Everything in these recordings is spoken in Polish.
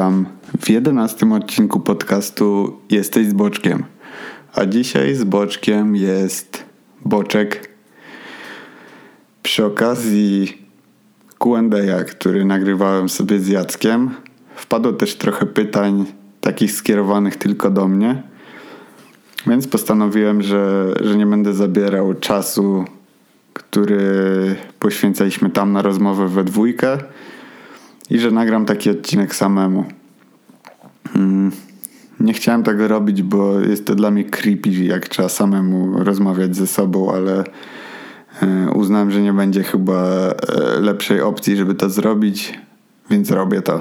Witam w 11 odcinku podcastu Jesteś z Boczkiem. A dzisiaj z Boczkiem jest Boczek. Przy okazji Q&A, który nagrywałem sobie z Jackiem, wpadło też trochę pytań takich skierowanych tylko do mnie. Więc postanowiłem, że nie będę zabierał czasu, który poświęcaliśmy tam na rozmowę we dwójkę i że nagram taki odcinek samemu. Nie chciałem tego robić, bo jest to dla mnie creepy, jak trzeba samemu rozmawiać ze sobą, ale uznałem, że nie będzie chyba lepszej opcji, żeby to zrobić, więc robię to.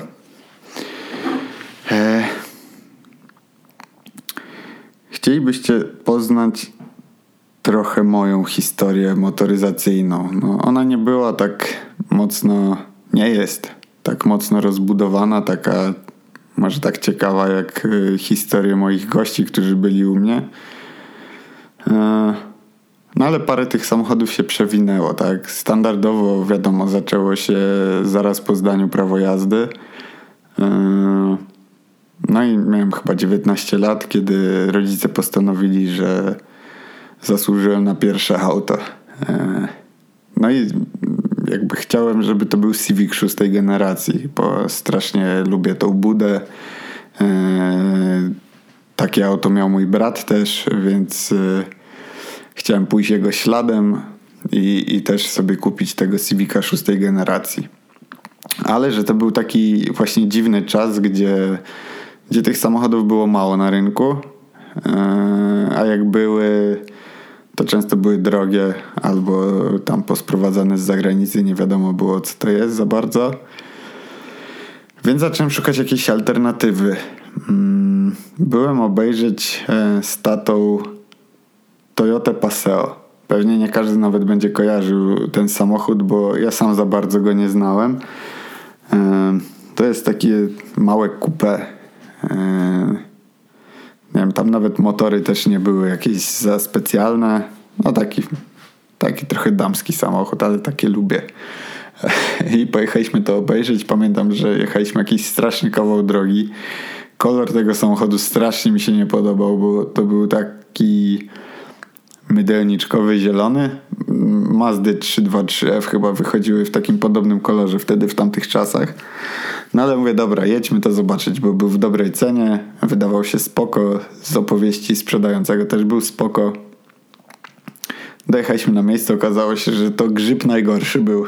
Chcielibyście poznać trochę moją historię motoryzacyjną. No, ona nie była tak mocno, nie jest tak mocno rozbudowana, taka może tak ciekawa jak historie moich gości, którzy byli u mnie. No ale parę tych samochodów się przewinęło, tak? Standardowo, wiadomo, zaczęło się zaraz po zdaniu prawo jazdy. No i miałem chyba 19 lat, kiedy rodzice postanowili, że zasłużyłem na pierwsze auto. No i jakby chciałem, żeby to był Civic 6 generacji, bo strasznie lubię tą budę. Takie auto miał mój brat też, więc chciałem pójść jego śladem i też sobie kupić tego Civica 6 generacji. Ale że to był taki właśnie dziwny czas, gdzie tych samochodów było mało na rynku, a jak były, to często były drogie albo tam posprowadzane z zagranicy, nie wiadomo było co to jest za bardzo. Więc zacząłem szukać jakiejś alternatywy. Byłem obejrzeć z tatą Toyotę Paseo. Pewnie nie każdy nawet będzie kojarzył ten samochód, bo ja sam za bardzo go nie znałem. To jest takie małe coupé. Nie wiem, tam nawet motory też nie były jakieś za specjalne. No taki trochę damski samochód, ale takie lubię. I pojechaliśmy to obejrzeć. Pamiętam, że jechaliśmy jakiś straszny kawał drogi. Kolor tego samochodu strasznie mi się nie podobał, bo to był taki mydelniczkowy zielony. Mazdy 323F chyba wychodziły w takim podobnym kolorze wtedy, w tamtych czasach. No ale mówię, dobra, jedźmy to zobaczyć, bo był w dobrej cenie, wydawał się spoko, z opowieści sprzedającego też był spoko. Dojechaliśmy na miejsce, okazało się, że to grzyb najgorszy był.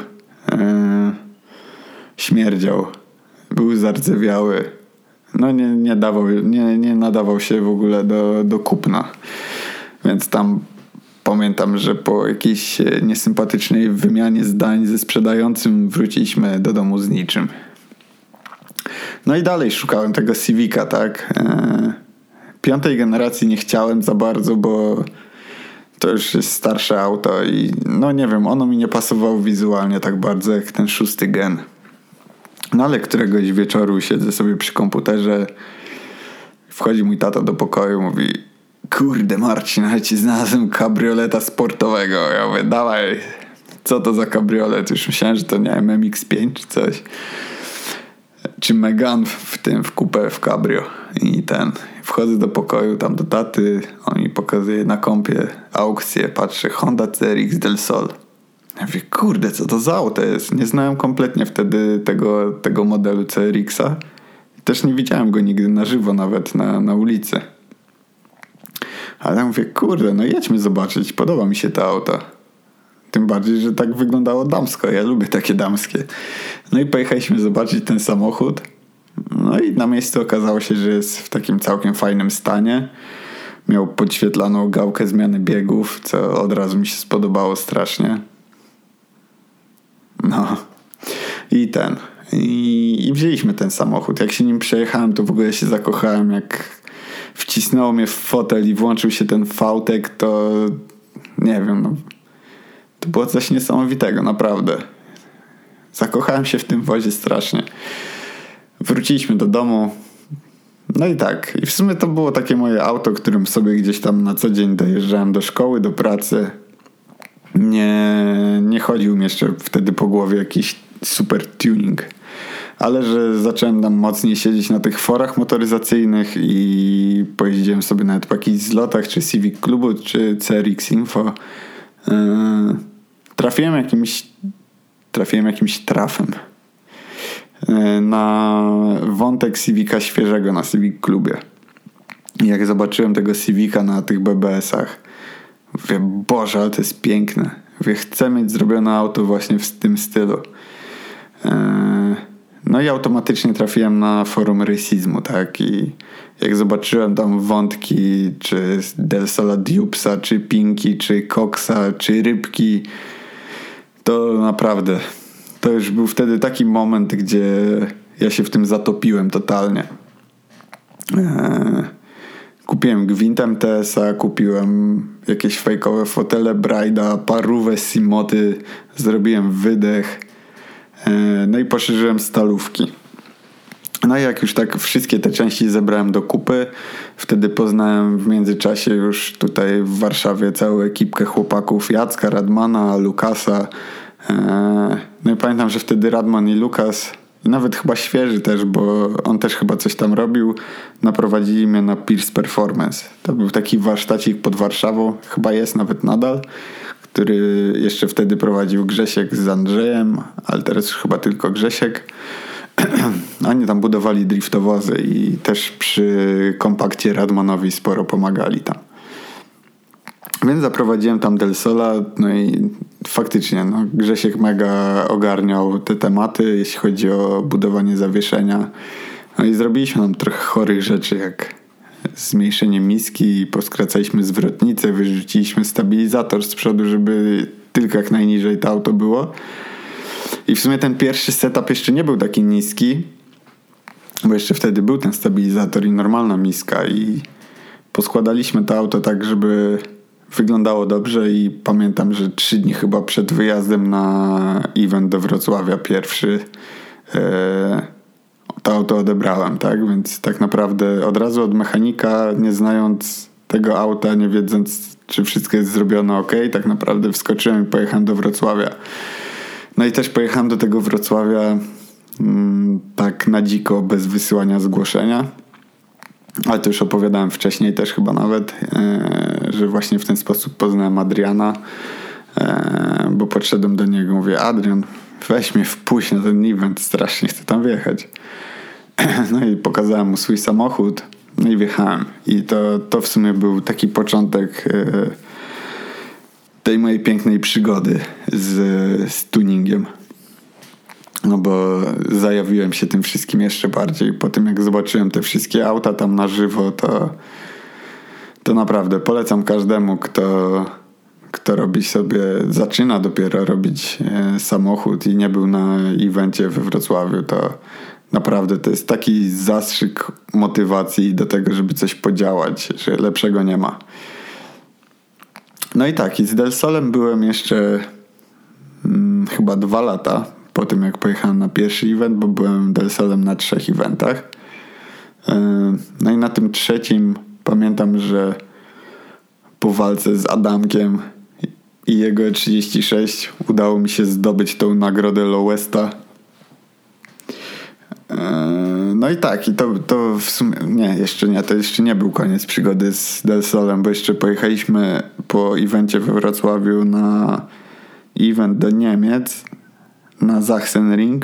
Śmierdział, był zardzewiały, no nie nadawał się w ogóle do kupna. Więc tam pamiętam, że po jakiejś niesympatycznej wymianie zdań ze sprzedającym wróciliśmy do domu z niczym. No i dalej szukałem tego Civica, tak? 5. generacji nie chciałem za bardzo, bo to już jest starsze auto i no nie wiem, ono mi nie pasowało wizualnie tak bardzo jak ten 6. gen. No ale któregoś wieczoru siedzę sobie przy komputerze, wchodzi mój tata do pokoju, mówi: kurde Marcin, ale ci znalazłem kabrioleta sportowego. Ja mówię: dawaj, co to za kabriolet? Już myślałem, że to nie wiem, MX-5 czy coś. Czy Megane w coupé, w cabrio. I wchodzę do pokoju, tam do taty, on mi pokazuje na kompie aukcję, patrzę, Honda CRX Del Sol. Ja mówię: kurde, co to za auto jest? Nie znałem kompletnie wtedy tego modelu CRX-a. Też nie widziałem go nigdy na żywo, nawet na ulicy. Ale mówię: kurde, no jedźmy zobaczyć, podoba mi się to auto. Tym bardziej, że tak wyglądało damsko. Ja lubię takie damskie. No i pojechaliśmy zobaczyć ten samochód. No i na miejscu okazało się, że jest w takim całkiem fajnym stanie. Miał podświetlaną gałkę zmiany biegów, co od razu mi się spodobało strasznie. No. I wzięliśmy ten samochód. Jak się nim przejechałem, to w ogóle się zakochałem. Jak wcisnęło mnie w fotel i włączył się ten V-TEC, to nie wiem, no. To było coś niesamowitego, naprawdę. Zakochałem się w tym wozie strasznie. Wróciliśmy do domu. No i tak. I w sumie to było takie moje auto, którym sobie gdzieś tam na co dzień dojeżdżałem do szkoły, do pracy. Nie chodził mi jeszcze wtedy po głowie jakiś super tuning. ale że zacząłem tam mocniej siedzieć na tych forach motoryzacyjnych i pojeździłem sobie nawet po jakichś zlotach, czy Civic Klubu, czy CRX Info. Trafiłem jakimś trafem na wątek Civica świeżego na Civic Klubie. I jak zobaczyłem tego Civica na tych BBS-ach, mówię, Boże, ale to jest piękne. Mówię, chcę mieć zrobione auto właśnie w tym stylu. No i automatycznie trafiłem na forum racismu, tak? I jak zobaczyłem tam wątki, czy Del Sola Dupesa, czy Pinki, czy Coxa, czy Rybki, to naprawdę, to już był wtedy taki moment, gdzie ja się w tym zatopiłem totalnie. Kupiłem gwint MTS-a, kupiłem jakieś fejkowe fotele Braida, parówę Simoty, zrobiłem wydech. No i poszerzyłem stalówki. No i jak już tak wszystkie te części zebrałem do kupy, wtedy poznałem w międzyczasie już tutaj w Warszawie całą ekipkę chłopaków Jacka, Radmana, Lukasa. No i pamiętam, że wtedy Radman i Lukas, nawet chyba świeży też, bo on też chyba coś tam robił, naprowadzili mnie na Pierce Performance. To był taki warsztacik pod Warszawą, chyba jest nawet nadal, który jeszcze wtedy prowadził Grzesiek z Andrzejem, ale teraz już chyba tylko Grzesiek. Oni tam budowali driftowozy i też przy kompakcie Radmanowi sporo pomagali tam. Więc zaprowadziłem tam Del Sola, no i faktycznie Grzesiek mega ogarniał te tematy, jeśli chodzi o budowanie zawieszenia. No i zrobiliśmy tam trochę chorych rzeczy, jak zmniejszenie miski, poskracaliśmy zwrotnicę, wyrzuciliśmy stabilizator z przodu, żeby tylko jak najniżej to auto było. I w sumie ten pierwszy setup jeszcze nie był taki niski, bo jeszcze wtedy był ten stabilizator i normalna miska i poskładaliśmy to auto tak, żeby wyglądało dobrze i pamiętam, że 3 dni chyba przed wyjazdem na event do Wrocławia pierwszy to auto odebrałem, tak? Więc tak naprawdę od razu od mechanika, nie znając tego auta, nie wiedząc, czy wszystko jest zrobione ok, tak naprawdę wskoczyłem i pojechałem do Wrocławia. No i też pojechałem do tego Wrocławia tak na dziko, bez wysyłania zgłoszenia. Ale to już opowiadałem wcześniej też chyba nawet, że właśnie w ten sposób poznałem Adriana, bo podszedłem do niego, mówię, Adrian, weź mnie wpuść na ten event, strasznie chcę tam wjechać. No i pokazałem mu swój samochód, no i wjechałem. I to w sumie był początek tej mojej pięknej przygody z tuningiem. No bo zajawiłem się tym wszystkim jeszcze bardziej. Po tym jak zobaczyłem te wszystkie auta tam na żywo, to naprawdę polecam każdemu, kto robi sobie, zaczyna dopiero robić samochód i nie był na evencie we Wrocławiu, to naprawdę to jest taki zastrzyk motywacji do tego, żeby coś podziałać, że lepszego nie ma. No i tak, i z Del Solem byłem jeszcze chyba 2 lata po tym, jak pojechałem na pierwszy event, bo byłem Del Solem na 3 eventach. No i na tym 3 pamiętam, że po walce z Adamkiem i jego 36 udało mi się zdobyć tą nagrodę Lowesta. No i tak, i to w sumie to jeszcze nie był koniec przygody z Del Solem, bo jeszcze pojechaliśmy po evencie we Wrocławiu na event do Niemiec na Sachsenring.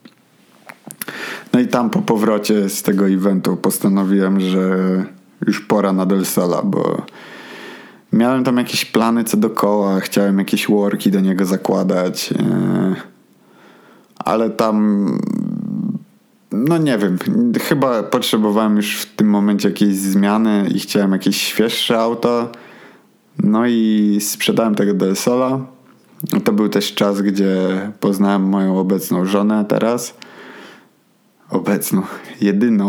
No i tam po powrocie z tego eventu postanowiłem, że już pora na Del Sola, bo miałem tam jakieś plany co do koła, chciałem jakieś worki do niego zakładać, ale tam nie wiem, chyba potrzebowałem już w tym momencie jakiejś zmiany i chciałem jakieś świeższe auto. No i sprzedałem tego Del Sola. To był też czas, gdzie poznałem moją obecną żonę teraz. Obecną, jedyną.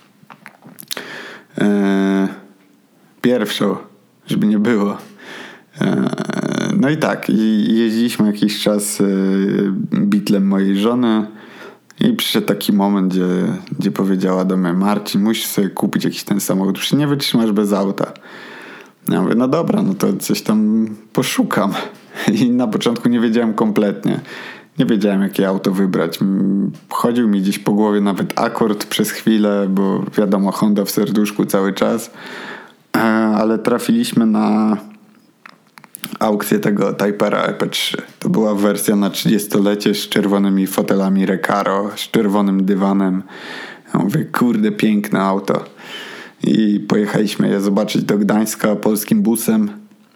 Pierwszą, żeby nie było. No i tak, i jeździliśmy jakiś czas Beetlem mojej żony. I przyszedł taki moment, gdzie powiedziała do mnie: Marcin, musisz sobie kupić jakiś ten samochód, już nie wytrzymasz bez auta. Ja mówię, no dobra, no to coś tam poszukam. I na początku nie wiedziałem kompletnie. nie wiedziałem, jakie auto wybrać. Chodził mi gdzieś po głowie nawet Accord przez chwilę, bo wiadomo, Honda w serduszku cały czas. Ale trafiliśmy na aukcję tego Typera EP3. To była wersja na 30-lecie z czerwonymi fotelami Recaro, z czerwonym dywanem. Ja mówię, kurde, piękne auto. I pojechaliśmy je zobaczyć do Gdańska polskim busem.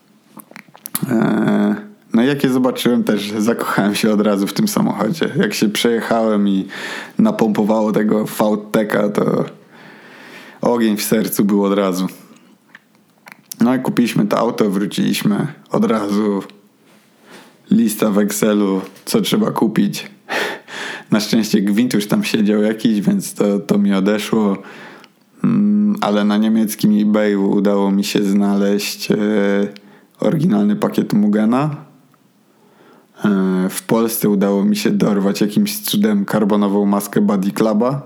No i jak je zobaczyłem, też zakochałem się od razu w tym samochodzie. Jak się przejechałem i napompowało tego VTEC-a, to ogień w sercu był od razu. No i kupiliśmy to auto, wróciliśmy od razu. Lista w Excelu, co trzeba kupić. Na szczęście gwint już tam siedział jakiś, więc to mi odeszło. Ale na niemieckim eBayu udało mi się znaleźć oryginalny pakiet Mugena. W Polsce udało mi się dorwać jakimś cudem karbonową maskę Body Cluba.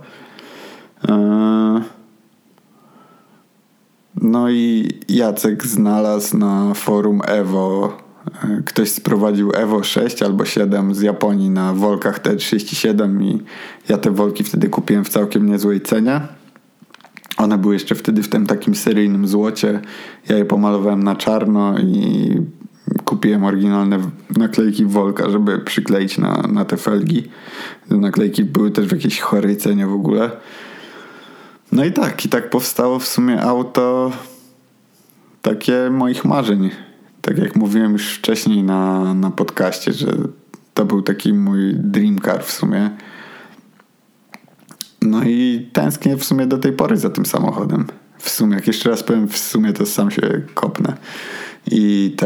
No i Jacek znalazł na forum Evo. Ktoś sprowadził Evo 6 albo 7 z Japonii na Volkach T37 i ja te Volki wtedy kupiłem w całkiem niezłej cenie. One były jeszcze wtedy w tym takim seryjnym złocie. Ja je pomalowałem na czarno i kupiłem oryginalne naklejki Volka, żeby przykleić na te felgi. Te naklejki były też w jakiejś chorej cenie w ogóle. No i tak powstało w sumie auto takie moich marzeń. Tak jak mówiłem już wcześniej na podcaście, że to był taki mój dream car w sumie. No i tęsknię w sumie do tej pory za tym samochodem. W sumie, jak jeszcze raz powiem, w sumie to sam się kopnę. I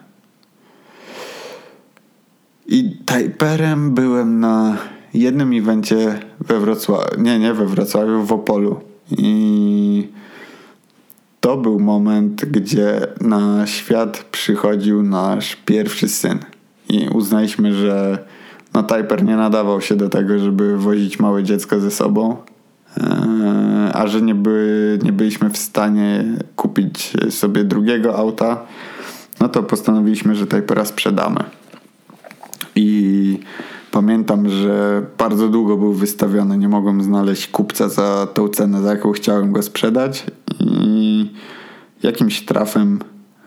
Typerem byłem na jednym evencie we Wrocławiu. Nie we Wrocławiu, w Opolu. I to był moment, gdzie na świat przychodził nasz pierwszy syn. I uznaliśmy, że Typer nie nadawał się do tego, żeby wozić małe dziecko ze sobą. A że nie byliśmy w stanie kupić sobie drugiego auta, no to postanowiliśmy, że Typera sprzedamy. I pamiętam, że bardzo długo był wystawiony. Nie mogłem znaleźć kupca za tą cenę, za jaką chciałem go sprzedać. I jakimś trafem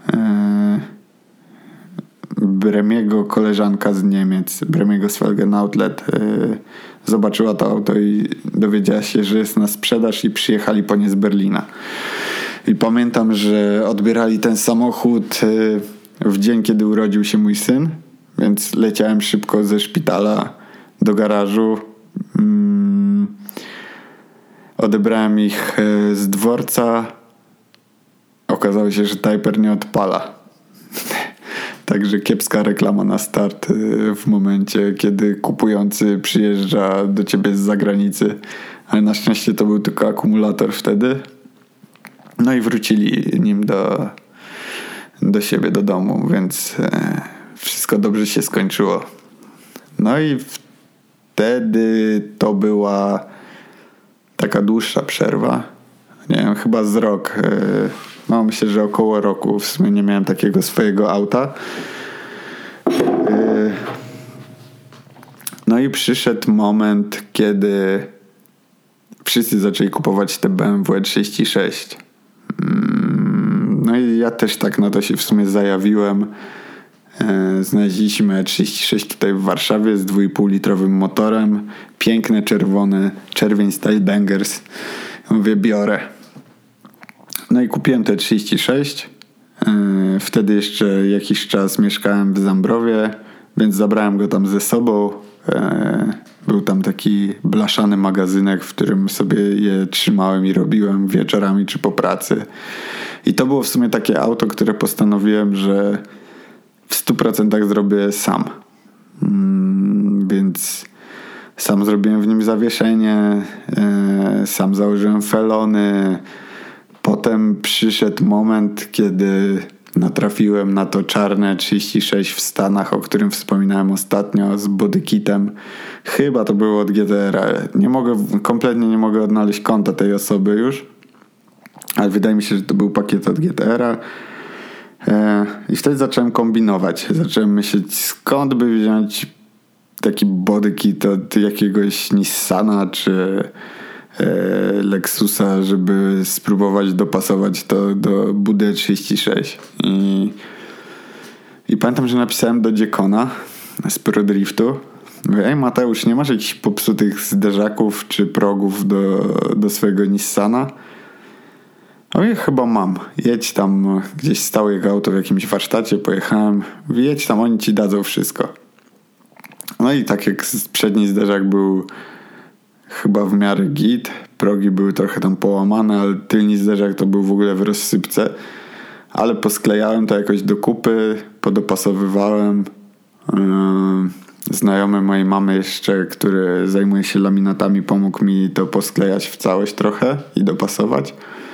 Bremiego koleżanka z Niemiec, Bremiego Svelgen Outlet, zobaczyła to auto i dowiedziała się, że jest na sprzedaż i przyjechali po nie z Berlina. I pamiętam, że odbierali ten samochód w dzień, kiedy urodził się mój syn, więc leciałem szybko ze szpitala do garażu. Odebrałem ich z dworca. Okazało się, że Typer nie odpala. Także kiepska reklama na start w momencie, kiedy kupujący przyjeżdża do ciebie z zagranicy. Ale na szczęście to był tylko akumulator wtedy. No i wrócili nim do siebie, do domu, więc wszystko dobrze się skończyło. No i wtedy to była taka dłuższa przerwa. Nie wiem, chyba z rok. No myślę, że około roku w sumie nie miałem takiego swojego auta. No i przyszedł moment, kiedy wszyscy zaczęli kupować te BMW 36. No i ja też tak na to się w sumie zajawiłem. Znaleźliśmy 36 tutaj w Warszawie z 2,5-litrowym motorem. Piękne, czerwone, czerwień Style Bangers. Mówię, biorę. No i kupiłem te 36. Wtedy jeszcze jakiś czas mieszkałem w Zambrowie, więc zabrałem go tam ze sobą. Był tam taki blaszany magazynek, w którym sobie je trzymałem i robiłem wieczorami czy po pracy. I to było w sumie takie auto, które postanowiłem, że w 100% zrobię sam. Więc sam zrobiłem w nim zawieszenie, sam założyłem felony. Potem przyszedł moment, kiedy natrafiłem na to czarne 36 w Stanach, o którym wspominałem ostatnio, z bodykitem. Chyba to było od GTR-a. Kompletnie nie mogę odnaleźć konta tej osoby już, ale wydaje mi się, że to był pakiet od GTR-a. I wtedy zacząłem kombinować. Zacząłem myśleć, skąd by wziąć taki body kit od jakiegoś Nissana czy Lexusa, żeby spróbować dopasować to do Budy 36. I pamiętam, że napisałem do Dziekona z Pro Driftu. Mówię, ej Mateusz, nie masz jakichś popsutych zderzaków czy progów do swojego Nissana? Oj, chyba mam. Jedź tam, gdzieś stało jego auto w jakimś warsztacie, pojechałem. Jedź tam, oni ci dadzą wszystko. No i tak jak przedni zderzak był chyba w miarę git, progi były trochę tam połamane, ale tylni zderzak to był w ogóle w rozsypce. Ale posklejałem to jakoś do kupy, podopasowywałem. Znajomy mojej mamy jeszcze, który zajmuje się laminatami, pomógł mi to posklejać w całość trochę i dopasować.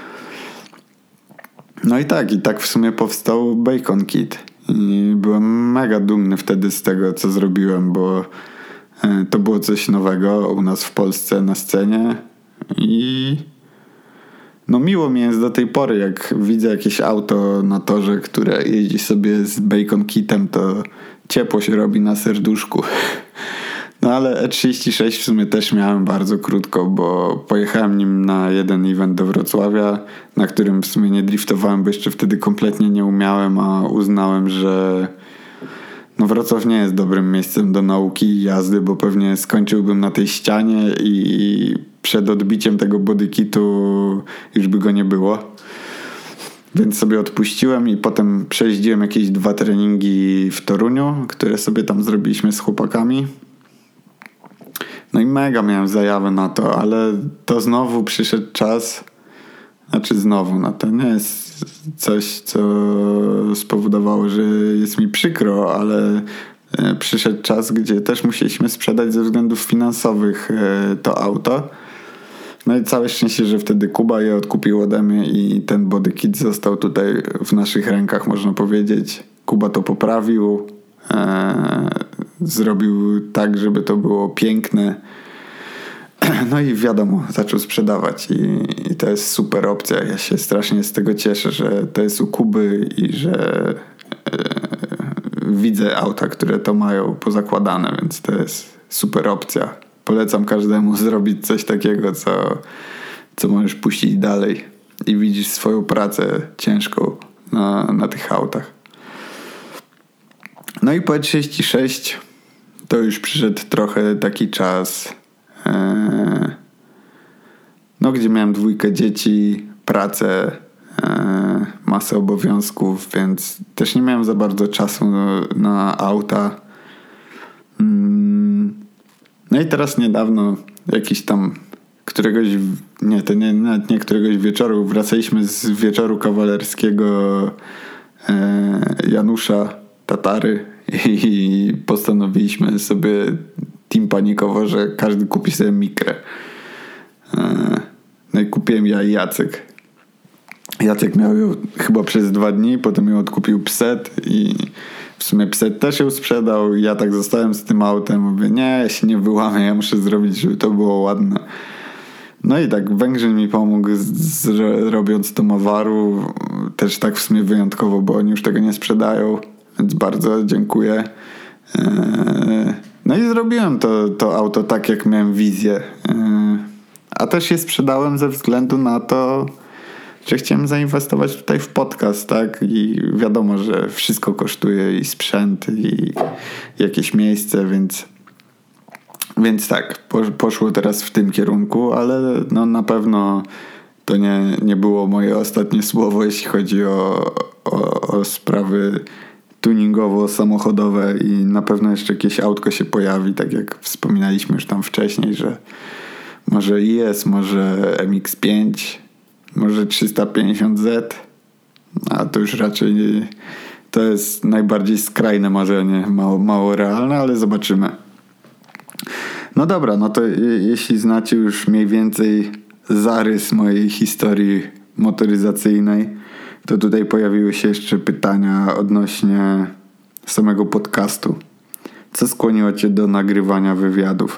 No i tak w sumie powstał Bacon Kit. I byłem mega dumny wtedy z tego, co zrobiłem, bo to było coś nowego u nas w Polsce na scenie i no miło mi jest do tej pory, jak widzę jakieś auto na torze, które jeździ sobie z Bacon Kitem, to ciepło się robi na serduszku. No ale E36 w sumie też miałem bardzo krótko, bo pojechałem nim na jeden event do Wrocławia, na którym w sumie nie driftowałem, bo jeszcze wtedy kompletnie nie umiałem, a uznałem, że no Wrocław nie jest dobrym miejscem do nauki i jazdy, bo pewnie skończyłbym na tej ścianie i przed odbiciem tego bodykitu już by go nie było. Więc sobie odpuściłem i potem przejeździłem jakieś 2 treningi w Toruniu, które sobie tam zrobiliśmy z chłopakami. No i mega miałem zajawę na to, ale to znowu przyszedł czas, no to nie jest coś, co spowodowało, że jest mi przykro, ale przyszedł czas, gdzie też musieliśmy sprzedać ze względów finansowych to auto. No i całe szczęście, że wtedy Kuba je odkupił ode mnie i ten body kit został tutaj w naszych rękach, można powiedzieć. Kuba to poprawił, zrobił tak, żeby to było piękne. No i wiadomo, zaczął sprzedawać i to jest super opcja. Ja się strasznie z tego cieszę, że to jest u Kuby i że widzę auta, które to mają pozakładane, więc to jest super opcja. Polecam każdemu zrobić coś takiego, co możesz puścić dalej i widzisz swoją pracę ciężką na tych autach. No i po E36 to już przyszedł trochę taki czas, no gdzie miałem 2 dzieci, pracę, masę obowiązków, więc też nie miałem za bardzo czasu na auta. No i teraz niedawno jakiś tam nawet nie któregoś wieczoru, wracaliśmy z wieczoru kawalerskiego Janusza Tatary i postanowiliśmy sobie teampanikowo, że każdy kupi sobie mikrę. No i kupiłem ja i Jacek. Jacek miał ją chyba przez 2 dni, potem ją odkupił Pset i w sumie Pset też ją sprzedał. Ja tak zostałem z tym autem, mówię, nie, ja się nie wyłamię, ja muszę zrobić, żeby to było ładne. No i tak Węgrzyn mi pomógł robiąc to Mawaru, też tak w sumie wyjątkowo, bo oni już tego nie sprzedają, więc bardzo dziękuję. No i zrobiłem to auto tak, jak miałem wizję. A też je sprzedałem ze względu na to, że chciałem zainwestować tutaj w podcast, tak? I wiadomo, że wszystko kosztuje i sprzęt i jakieś miejsce, więc tak, poszło teraz w tym kierunku, ale no na pewno to nie było moje ostatnie słowo, jeśli chodzi o sprawy tuningowo-samochodowe i na pewno jeszcze jakieś autko się pojawi, tak jak wspominaliśmy już tam wcześniej, że może IS, może MX-5, może 350Z, a to już raczej to jest najbardziej skrajne marzenie, mało realne, ale zobaczymy. No dobra, no to jeśli znacie już mniej więcej zarys mojej historii motoryzacyjnej, to tutaj pojawiły się jeszcze pytania odnośnie samego podcastu. Co skłoniło cię do nagrywania wywiadów?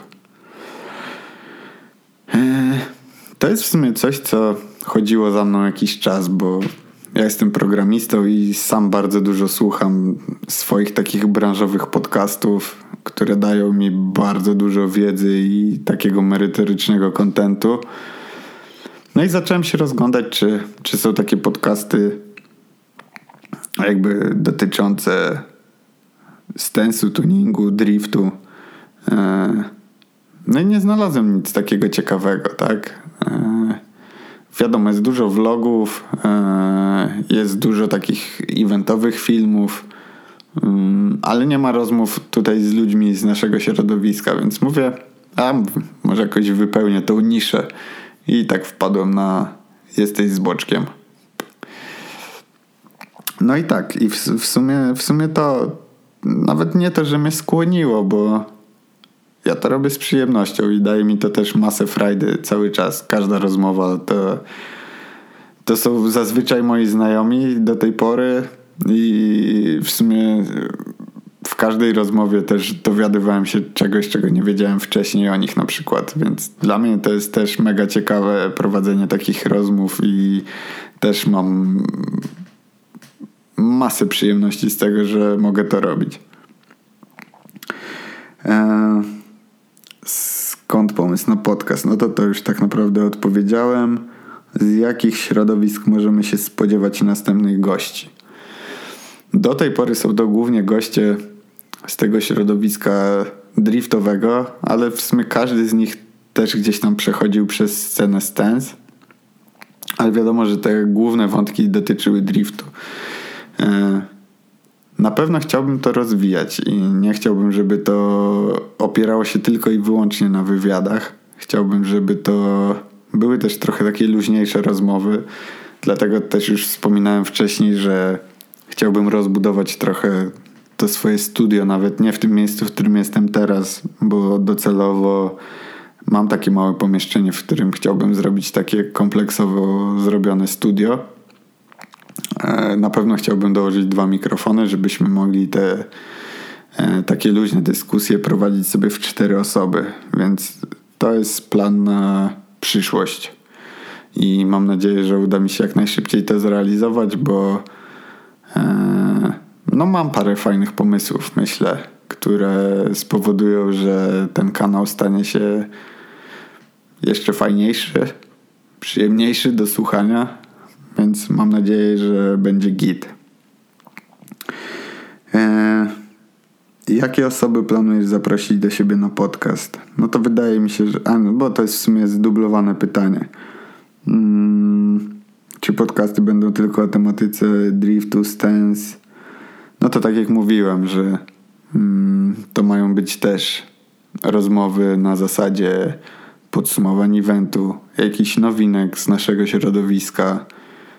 To jest w sumie coś, co chodziło za mną jakiś czas, bo ja jestem programistą i sam bardzo dużo słucham swoich takich branżowych podcastów, które dają mi bardzo dużo wiedzy i takiego merytorycznego kontentu. No i zacząłem się rozglądać, czy są takie podcasty jakby dotyczące stance'u, tuningu, driftu. No i nie znalazłem nic takiego ciekawego, tak? Wiadomo, jest dużo vlogów, jest dużo takich eventowych filmów, ale nie ma rozmów tutaj z ludźmi z naszego środowiska, więc mówię, może jakoś wypełnię tą niszę i tak wpadłem na Jesteś z Boczkiem. No i tak, i w sumie to nawet nie to, że mnie skłoniło, bo ja to robię z przyjemnością i daje mi to też masę frajdy cały czas. Każda rozmowa to są zazwyczaj moi znajomi do tej pory i w sumie w każdej rozmowie też dowiadywałem się czegoś, czego nie wiedziałem wcześniej o nich na przykład, więc dla mnie to jest też mega ciekawe prowadzenie takich rozmów i też mam masę przyjemności z tego, że mogę to robić. Skąd pomysł na podcast? No to już tak naprawdę odpowiedziałem. Z jakich środowisk możemy się spodziewać następnych gości? Do tej pory są to głównie goście z tego środowiska driftowego, ale w sumie każdy z nich też gdzieś tam przechodził przez scenę stance. Ale wiadomo, że te główne wątki dotyczyły driftu. Na pewno chciałbym to rozwijać i nie chciałbym, żeby to opierało się tylko i wyłącznie na wywiadach. Chciałbym, żeby to były też trochę takie luźniejsze rozmowy. Dlatego też już wspominałem wcześniej, że chciałbym rozbudować trochę to swoje studio, nawet nie w tym miejscu, w którym jestem teraz, bo docelowo mam takie małe pomieszczenie, w którym chciałbym zrobić takie kompleksowo zrobione studio. Na pewno chciałbym dołożyć 2 mikrofony, żebyśmy mogli te takie luźne dyskusje prowadzić sobie w 4 osoby, więc to jest plan na przyszłość i mam nadzieję, że uda mi się jak najszybciej to zrealizować, bo mam parę fajnych pomysłów, myślę, które spowodują, że ten kanał stanie się jeszcze fajniejszy, przyjemniejszy do słuchania, więc mam nadzieję, że będzie git. Jakie osoby planujesz zaprosić do siebie na podcast? No to wydaje mi się, że... bo to jest w sumie zdublowane pytanie. Czy podcasty będą tylko o tematyce driftu, stance? No to tak jak mówiłem, że to mają być też rozmowy na zasadzie podsumowań eventu, jakichś nowinek z naszego środowiska,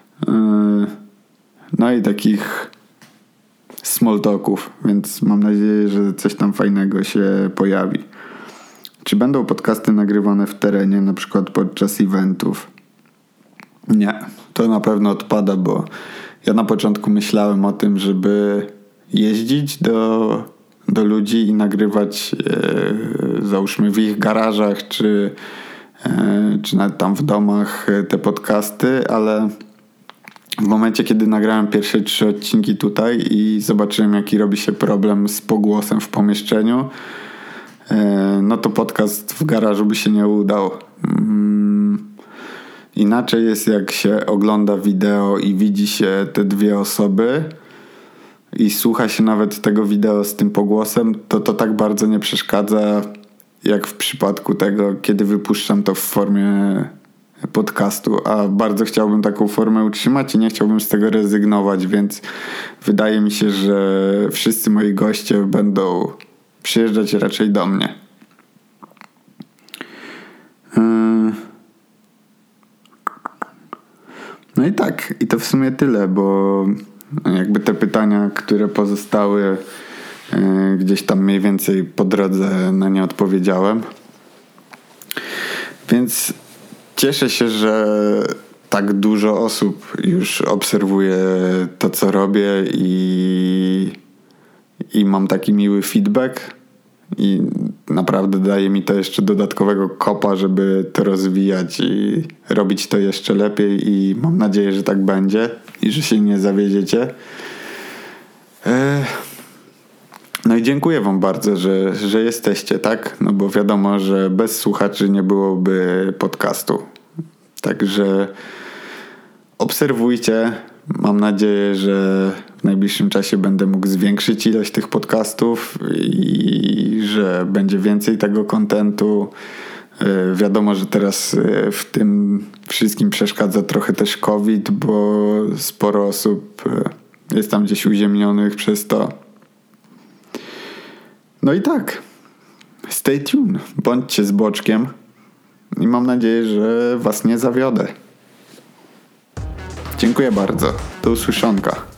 no i takich small talków, więc mam nadzieję, że coś tam fajnego się pojawi. Czy będą podcasty nagrywane w terenie, na przykład podczas eventów? Nie, to na pewno odpada, bo ja na początku myślałem o tym, żeby jeździć do ludzi i nagrywać załóżmy w ich garażach, czy nawet tam w domach te podcasty, ale w momencie, kiedy nagrałem pierwsze 3 odcinki tutaj i zobaczyłem, jaki robi się problem z pogłosem w pomieszczeniu, no to podcast w garażu by się nie udał. Inaczej jest, jak się ogląda wideo i widzi się te 2 osoby i słucha się nawet tego wideo z tym pogłosem, to tak bardzo nie przeszkadza, jak w przypadku tego, kiedy wypuszczam to w formie podcastu, a bardzo chciałbym taką formę utrzymać i nie chciałbym z tego rezygnować, więc wydaje mi się, że wszyscy moi goście będą przyjeżdżać raczej do mnie. No i tak, i to w sumie tyle, bo jakby te pytania, które pozostały, gdzieś tam mniej więcej po drodze na nie odpowiedziałem. Więc cieszę się, że tak dużo osób już obserwuje to, co robię i mam taki miły feedback i naprawdę daje mi to jeszcze dodatkowego kopa, żeby to rozwijać i robić to jeszcze lepiej i mam nadzieję, że tak będzie. i że się nie zawiedziecie. No i dziękuję wam bardzo, że jesteście, tak? No bo wiadomo, że bez słuchaczy nie byłoby podcastu. Także obserwujcie. Mam nadzieję, że w najbliższym czasie będę mógł zwiększyć ilość tych podcastów i że będzie więcej tego kontentu. Wiadomo, że teraz w tym wszystkim przeszkadza trochę też COVID, bo sporo osób jest tam gdzieś uziemnionych przez to. No i tak, stay tuned, bądźcie z boczkiem i mam nadzieję, że was nie zawiodę. Dziękuję bardzo, do usłyszonka.